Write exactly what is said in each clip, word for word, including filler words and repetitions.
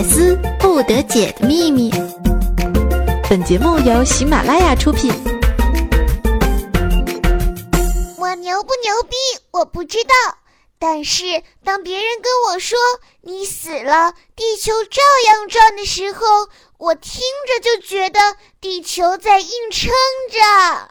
丝不得解的秘密。本节目由喜马拉雅出品。 我牛不牛逼我不知道，但是当别人跟我说你死了地球照样转的时候，我听着就觉得地球在硬撑着。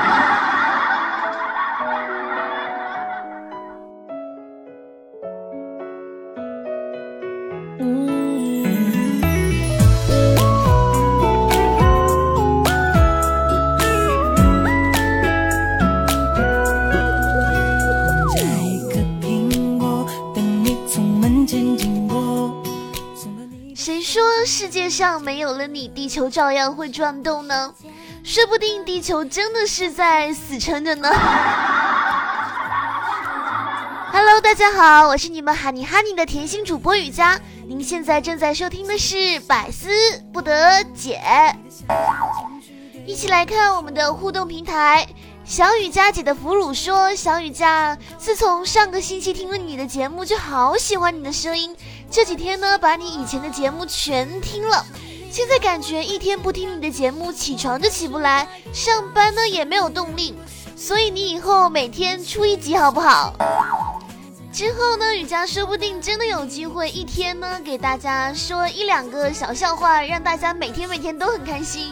谁说世界上没有了你，地球照样会转动呢？说不定地球真的是在死撑着呢。Hello， 大家好，我是你们哈尼哈尼的甜心主播雨佳，您现在正在收听的是百思不得解。一起来看我们的互动平台。小雨佳姐的腐乳说，小雨佳，自从上个星期听了你的节目，就好喜欢你的声音，这几天呢把你以前的节目全听了，现在感觉一天不听你的节目起床就起不来，上班呢也没有动力，所以你以后每天出一集好不好？之后呢，雨佳说不定真的有机会一天呢给大家说一两个小笑话，让大家每天每天都很开心。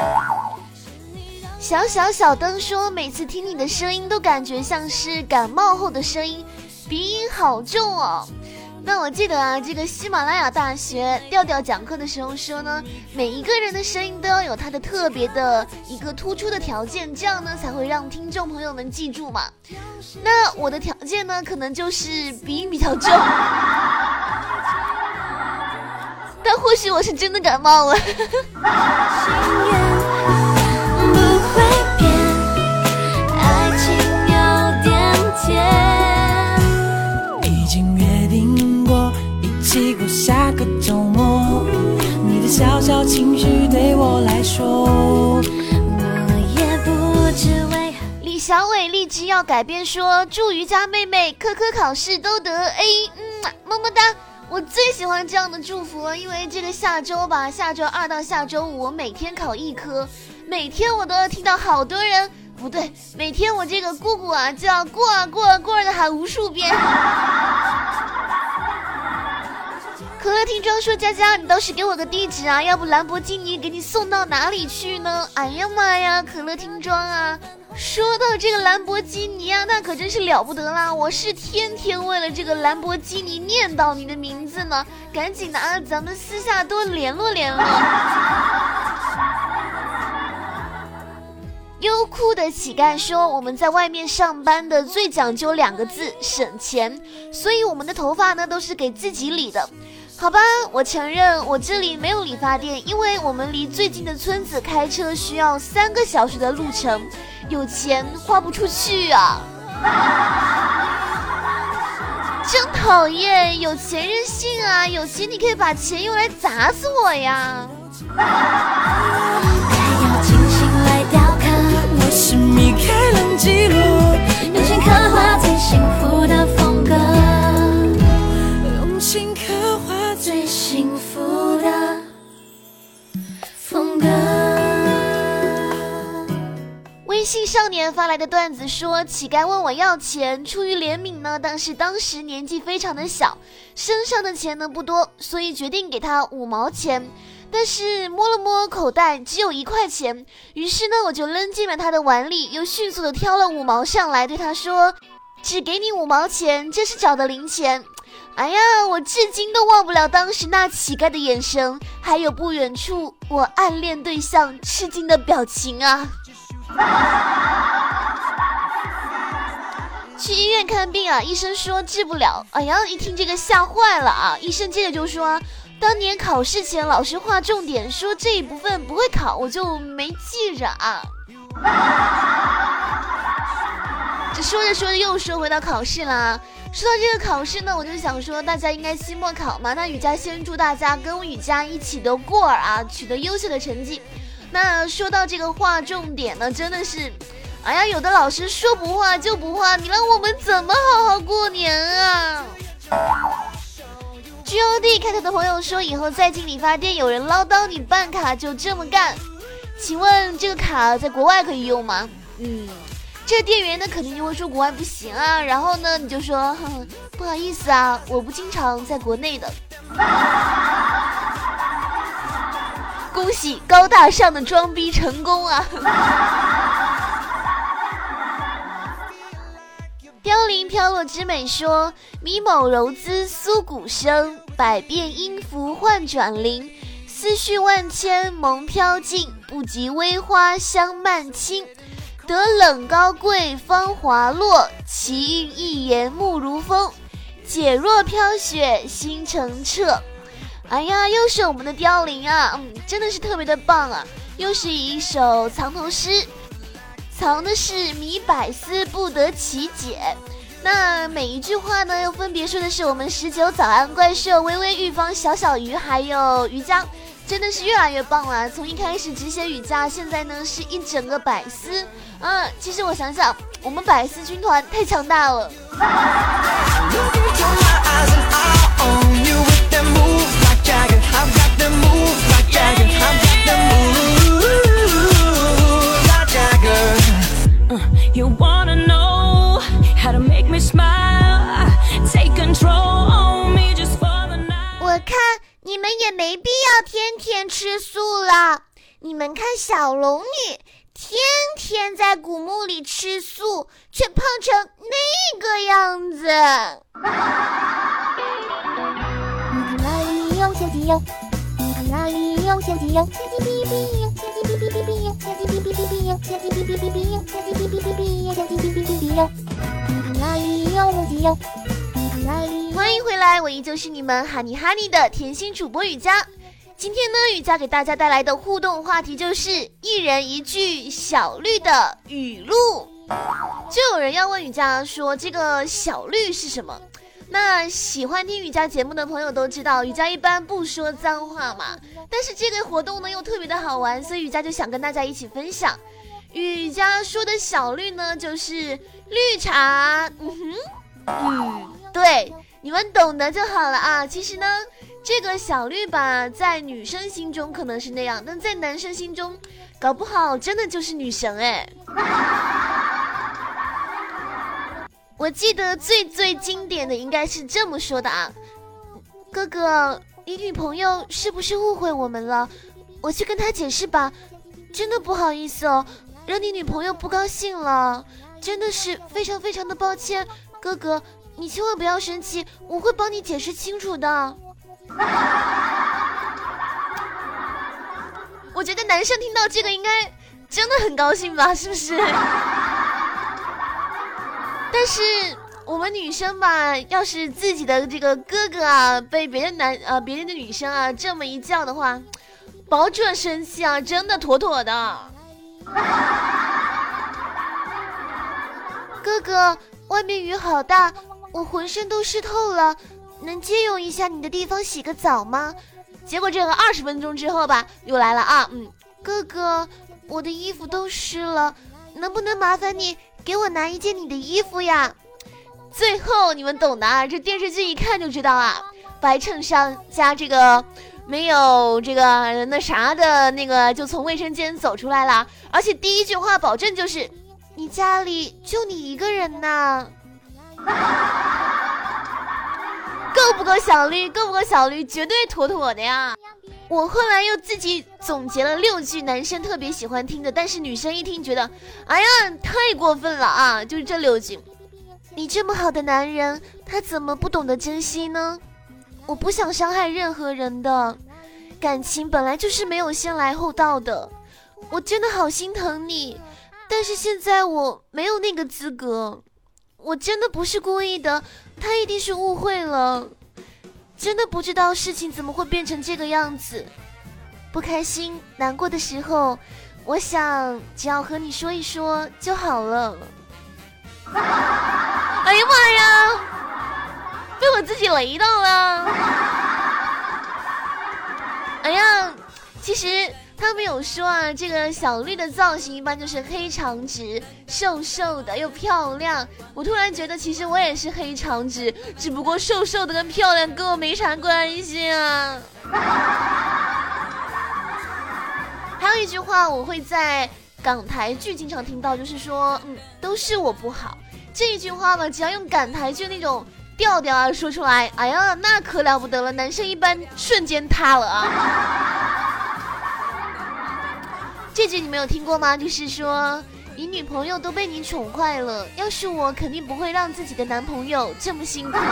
小小小灯说，每次听你的声音都感觉像是感冒后的声音，鼻音好重哦。那我记得啊，这个喜马拉雅大学调调讲课的时候说呢，每一个人的声音都要有它的特别的一个突出的条件，这样呢才会让听众朋友们记住嘛。那我的条件呢，可能就是鼻音比较重，但或许我是真的感冒了。 已经约定过一起过下个周末，你的小小情绪对我来说，我也不知为何。 李小伟立志要改变说，祝瑜伽妹妹科科考试都得 A， 嗯，么么哒。我最喜欢这样的祝福了，因为这个下周吧，下周二到下周五我每天考一科，每天我都要听到好多人，不对，每天我这个姑姑啊就要过啊过啊过啊的喊无数遍。可乐听装说，佳佳你倒是给我个地址啊，要不兰博基尼给你送到哪里去呢？哎呀妈呀，可乐听装啊，说到这个兰博基尼啊，那可真是了不得啦，我是天天为了这个兰博基尼念叨你的名字呢，赶紧的啊，咱们私下多联络联络。优酷的乞丐说，我们在外面上班的最讲究两个字，省钱，所以我们的头发呢都是给自己理的。好吧，我承认我这里没有理发店，因为我们离最近的村子开车需要三个小时的路程，有钱花不出去啊。真讨厌，有钱任性啊，有钱你可以把钱用来砸死我呀。 我是米开朗基罗， 用心刻画最幸福的风格， 用心刻画最幸福的风格。 微信少年发来的段子说，乞丐问我要钱，出于怜悯呢，但是当时年纪非常的小，身上的钱呢不多，所以决定给他五毛钱。但是摸了摸口袋，只有一块钱，于是呢我就扔进了他的碗里，又迅速的挑了五毛上来，对他说，只给你五毛钱，这是找的零钱。哎呀，我至今都忘不了当时那乞丐的眼神，还有不远处我暗恋对象吃惊的表情啊。去医院看病啊，医生说治不了。哎呀，一听这个吓坏了啊！医生接着就说，当年考试前老师划重点说这一部分不会考，我就没记着啊。这说着说着又说回到考试啦。说到这个考试呢，我就想说大家应该期末考嘛，那雨佳先祝大家跟雨佳一起都过儿啊，取得优秀的成绩。那说到这个划重点呢，真的是哎呀，有的老师说不画就不画，你让我们怎么好好过年啊？ G O D 开头的朋友说，以后再进理发店有人唠叨你办卡就这么干。请问这个卡在国外可以用吗？嗯，这店员呢肯定就会说国外不行啊，然后呢你就说呵呵不好意思啊，我不经常在国内的。恭喜高大上的装逼成功啊！凋零飘落之美说，米某柔姿苏鼓声，百变音符幻转灵，思绪万千蒙飘尽，不及微花香漫青，得冷高贵芳滑落，奇韵一言目如风，解若飘雪心澄澈。哎呀，又是我们的凋零啊，嗯，真的是特别的棒啊！又是一首藏头诗，藏的是迷百思不得其解。那每一句话呢，又分别说的是我们十九早安怪兽、微微玉芳、小小鱼还有瑜伽，真的是越来越棒了。从一开始只写瑜伽，现在呢是一整个百思。嗯，其实我想想，我们百思军团太强大了。 You wanna know how to make me smile, take control on me just for the night. 我看你们也没必要天天吃素了。你们看小龙女，天天在古墓里吃素，却胖成那个样子。 你看哪里有小鸡哟？你看哪里有小鸡哟？小鸡哔哔哟，小鸡哔哔哔哔哟，小鸡哔哔哔哔哟，小鸡哔哔哔哔哟，小鸡哔哔哔哔哟，小鸡哔哔哔哔哟。你看哪里有母鸡哟？你看哪里？ 欢迎回来，我依旧是你们哈尼哈尼的甜心主播雨佳。今天呢，雨佳给大家带来的互动话题就是一人一句小绿的语录。就有人要问雨佳说，这个小绿是什么？那喜欢听雨佳节目的朋友都知道，雨佳一般不说脏话嘛，但是这个活动呢又特别的好玩，所以雨佳就想跟大家一起分享。雨佳说的小绿呢，就是绿茶。嗯哼，嗯，对，你们懂得就好了啊。其实呢，这个小绿吧，在女生心中可能是那样，但在男生心中，搞不好真的就是女神哎。我记得最最经典的应该是这么说的啊，哥哥，你女朋友是不是误会我们了？我去跟她解释吧。真的不好意思哦，让你女朋友不高兴了，真的是非常非常的抱歉，哥哥，你千万不要生气，我会帮你解释清楚的。我觉得男生听到这个应该真的很高兴吧，是不是？但是我们女生吧，要是自己的这个哥哥啊被别人男呃别人的女生啊这么一叫的话，保准生气啊，真的妥妥的。哥哥，外面雨好大，我浑身都湿透了，能借用一下你的地方洗个澡吗？结果这个二十分钟之后吧，又来了啊，嗯，哥哥，我的衣服都湿了，能不能麻烦你给我拿一件你的衣服呀？最后你们懂的啊，这电视剧一看就知道啊，白衬衫加这个没有这个那啥的那个，就从卫生间走出来了，而且第一句话保证就是你家里就你一个人呐。够不够小绿？够不够小绿？绝对妥妥的呀！我后来又自己总结了六句男生特别喜欢听的，但是女生一听觉得，哎呀，太过分了啊！就是这六句。你这么好的男人，他怎么不懂得珍惜呢？我不想伤害任何人的，感情本来就是没有先来后到的。我真的好心疼你，但是现在我没有那个资格。我真的不是故意的，他一定是误会了。真的不知道事情怎么会变成这个样子。不开心难过的时候，我想只要和你说一说就好了。哎呀妈呀，被我自己雷到了。哎呀，其实他们有说啊，这个小绿的造型一般就是黑长直，瘦瘦的又漂亮。我突然觉得，其实我也是黑长直，只不过瘦瘦的跟漂亮跟我没啥关系啊。还有一句话我会在港台剧经常听到，就是说，嗯，都是我不好。这一句话嘛，只要用港台剧那种调调啊说出来，哎呀，那可了不得了，男生一般瞬间塌了啊。这句你没有听过吗？就是说，你女朋友都被你宠坏了，要是我肯定不会让自己的男朋友这么辛苦。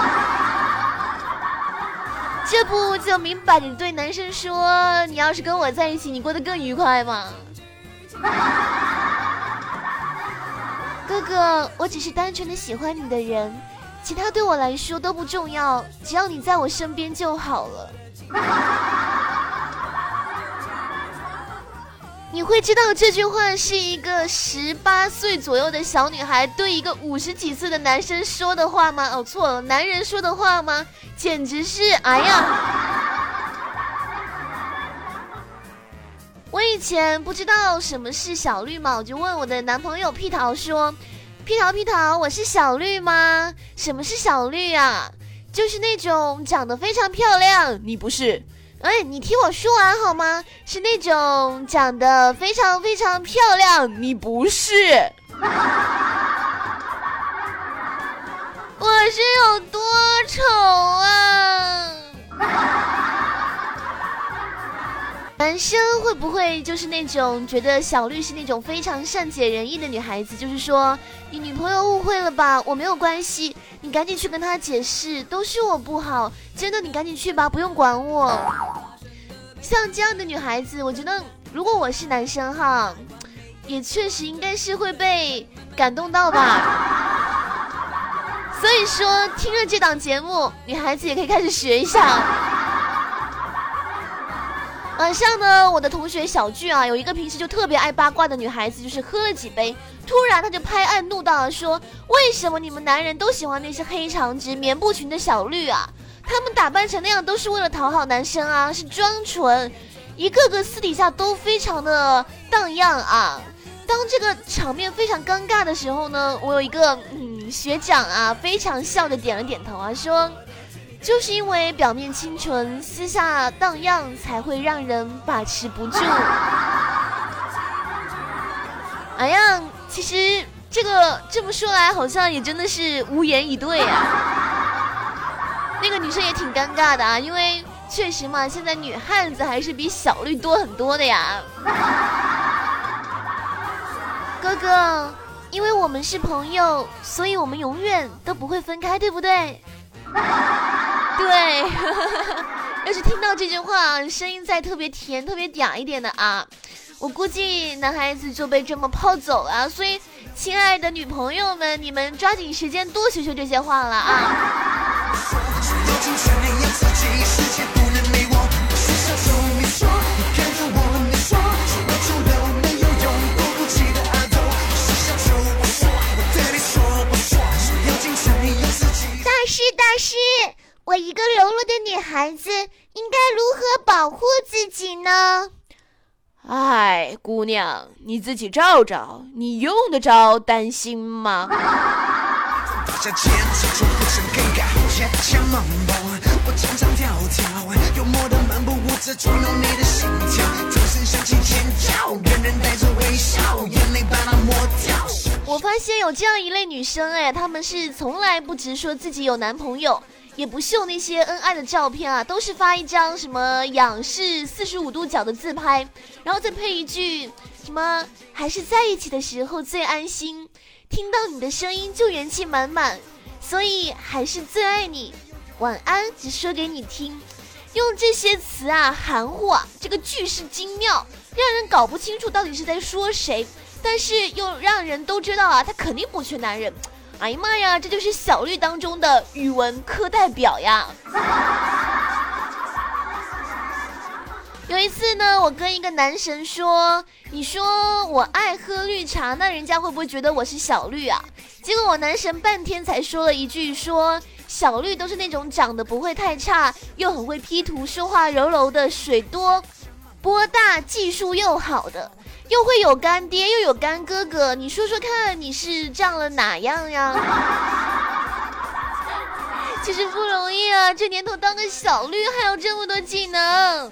这不就明摆着对男生说，你要是跟我在一起，你过得更愉快吗？哥哥，我只是单纯的喜欢你的人，其他对我来说都不重要，只要你在我身边就好了。你会知道这句话是一个十八岁左右的小女孩对一个五十几岁的男生说的话吗？哦，错了，男人说的话吗？简直是，哎呀！我以前不知道什么是小绿嘛，我就问我的男朋友屁桃说：“屁桃屁桃，我是小绿吗？什么是小绿啊？就是那种长得非常漂亮，你不是？哎，你听我说完好吗？是那种长得非常非常漂亮，你不是？我是有多丑啊？”男生会不会就是那种觉得小绿是那种非常善解人意的女孩子，就是说你女朋友误会了吧，我没有关系，你赶紧去跟她解释，都是我不好，真的你赶紧去吧，不用管我。像这样的女孩子，我觉得如果我是男生哈，也确实应该是会被感动到吧。所以说听了这档节目，女孩子也可以开始学一下。晚上呢，我的同学小聚啊，有一个平时就特别爱八卦的女孩子，就是喝了几杯，突然她就拍案怒道了，说：“为什么你们男人都喜欢那些黑长直、棉布裙的小绿啊？他们打扮成那样都是为了讨好男生啊，是装纯，一个个私底下都非常的荡漾啊。”当这个场面非常尴尬的时候呢，我有一个嗯学长啊，非常笑着点了点头啊，说：“就是因为表面清纯，私下荡漾，才会让人把持不住。”哎呀，其实这个这么说来，好像也真的是无言以对啊。那个女生也挺尴尬的啊，因为确实嘛，现在女汉子还是比小绿多很多的呀。哥哥，因为我们是朋友，所以我们永远都不会分开，对不对？对，要是听到这句话，声音再特别甜、特别嗲一点的啊，我估计男孩子就被这么泡走了。所以，亲爱的女朋友们，你们抓紧时间多学学这些话了啊！ 大师，大师。我一个柔弱的女孩子应该如何保护自己呢？ 哎，姑娘，你自己照照，你用得着担心吗？ 我发现有这样一类女生，哎，她们是从来不直说自己有男朋友，也不秀那些恩爱的照片啊，都是发一张什么仰视四十五度角的自拍，然后再配一句什么还是在一起的时候最安心，听到你的声音就元气满满，所以还是最爱你，晚安只说给你听。用这些词啊含糊啊，这个句式精妙，让人搞不清楚到底是在说谁，但是又让人都知道啊，他肯定不缺男人。哎呀妈呀，这就是小绿当中的语文课代表呀。有一次呢，我跟一个男神说，你说我爱喝绿茶，那人家会不会觉得我是小绿啊？结果我男神半天才说了一句，说小绿都是那种长得不会太差，又很会 P 图，说话柔柔的水多波大技术又好的，又会有干爹又有干哥哥，你说说看你是占了哪样呀？其实不容易啊，这年头当个小绿还有这么多技能。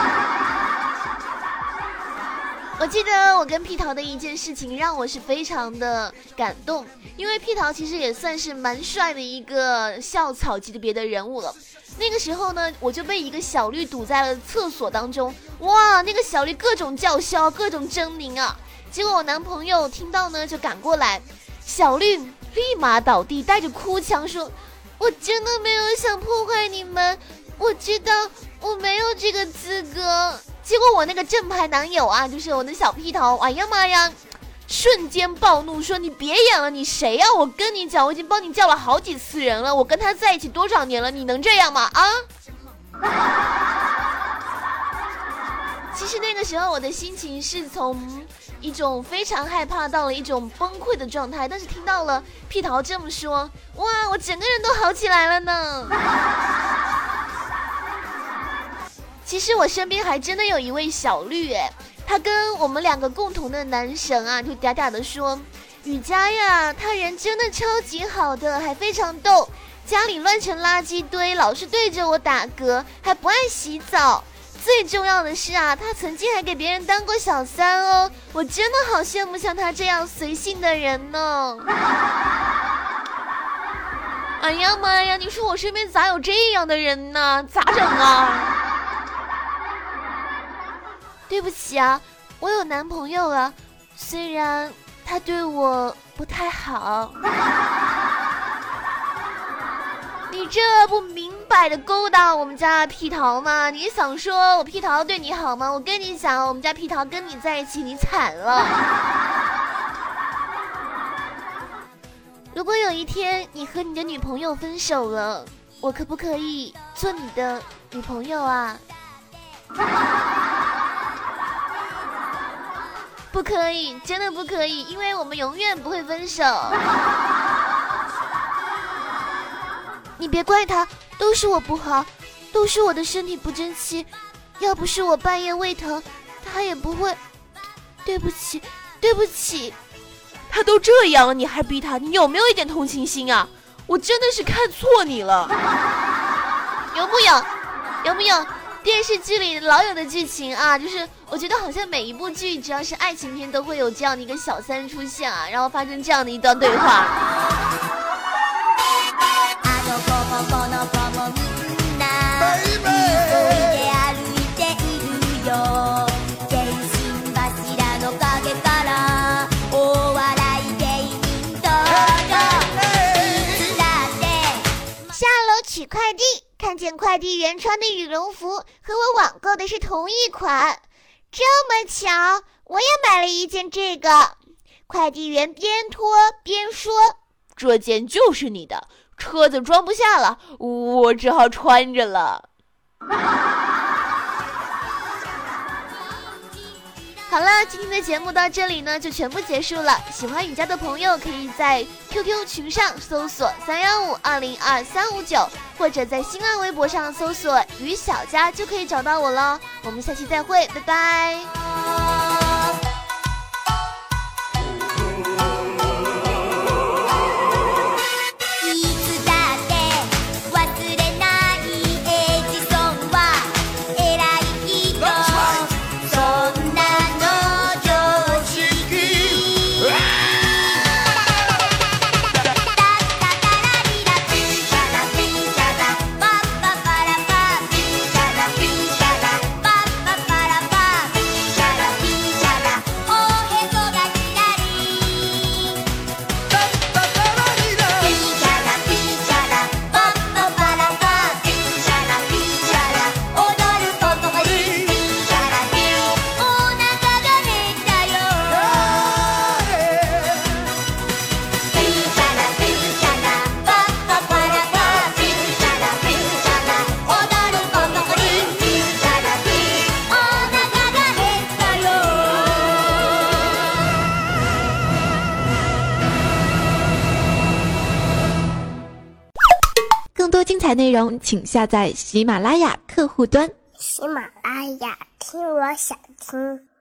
我记得我跟屁桃的一件事情让我是非常的感动，因为屁桃其实也算是蛮帅的一个校草级别的人物了。那个时候呢，我就被一个小绿堵在了厕所当中，哇，那个小绿各种叫嚣，各种狰狞啊！结果我男朋友听到呢，就赶过来，小绿立马倒地，带着哭腔说：“我真的没有想破坏你们，我知道我没有这个资格。”结果我那个正牌男友啊，就是我的小屁桃，哎呀妈呀，瞬间暴怒说：“你别演了，你谁呀、啊？我跟你讲，我已经帮你叫了好几次人了，我跟他在一起多少年了，你能这样吗？啊！”其实那个时候我的心情是从一种非常害怕到了一种崩溃的状态，但是听到了屁桃这么说，哇，我整个人都好起来了呢。其实我身边还真的有一位小绿，哎，他跟我们两个共同的男神啊，就嗲嗲的说：“雨佳呀，他人真的超级好的，还非常逗，家里乱成垃圾堆，老是对着我打嗝，还不爱洗澡。最重要的是啊，他曾经还给别人当过小三哦，我真的好羡慕像他这样随性的人呢。”哎呀妈呀，你说我身边咋有这样的人呢？咋整啊？对不起啊，我有男朋友了，虽然他对我不太好。你这不明摆的勾搭我们家屁桃吗？你想说我屁桃对你好吗？我跟你讲，我们家屁桃跟你在一起，你惨了。如果有一天你和你的女朋友分手了，我可不可以做你的女朋友啊？不可以，真的不可以，因为我们永远不会分手。你别怪他，都是我不好，都是我的身体不争气，要不是我半夜胃疼，他也不会。对不起，对不起。 他都这样了，你还逼他，你有没有一点同情心啊？我真的是看错你了。 有木有？有没有？电视剧里老有的剧情啊，就是我觉得好像每一部剧只要是爱情片都会有这样的一个小三出现啊，然后发生这样的一段对话。 下楼取快递，看见快递员穿的羽绒服和我网购的是同一款，这么巧，我也买了一件这个。快递员边脱边说：“ 这件就是你的，车子装不下了，我只好穿着了。” 好了，今天的节目到这里呢就全部结束了。喜欢雨佳的朋友可以在 Q Q 群上搜索三幺五二零二三五九，或者在新浪微博上搜索雨小佳就可以找到我了。我们下期再会，拜拜。 更多精彩内容请下载喜马拉雅客户端。 喜马拉雅听我想听。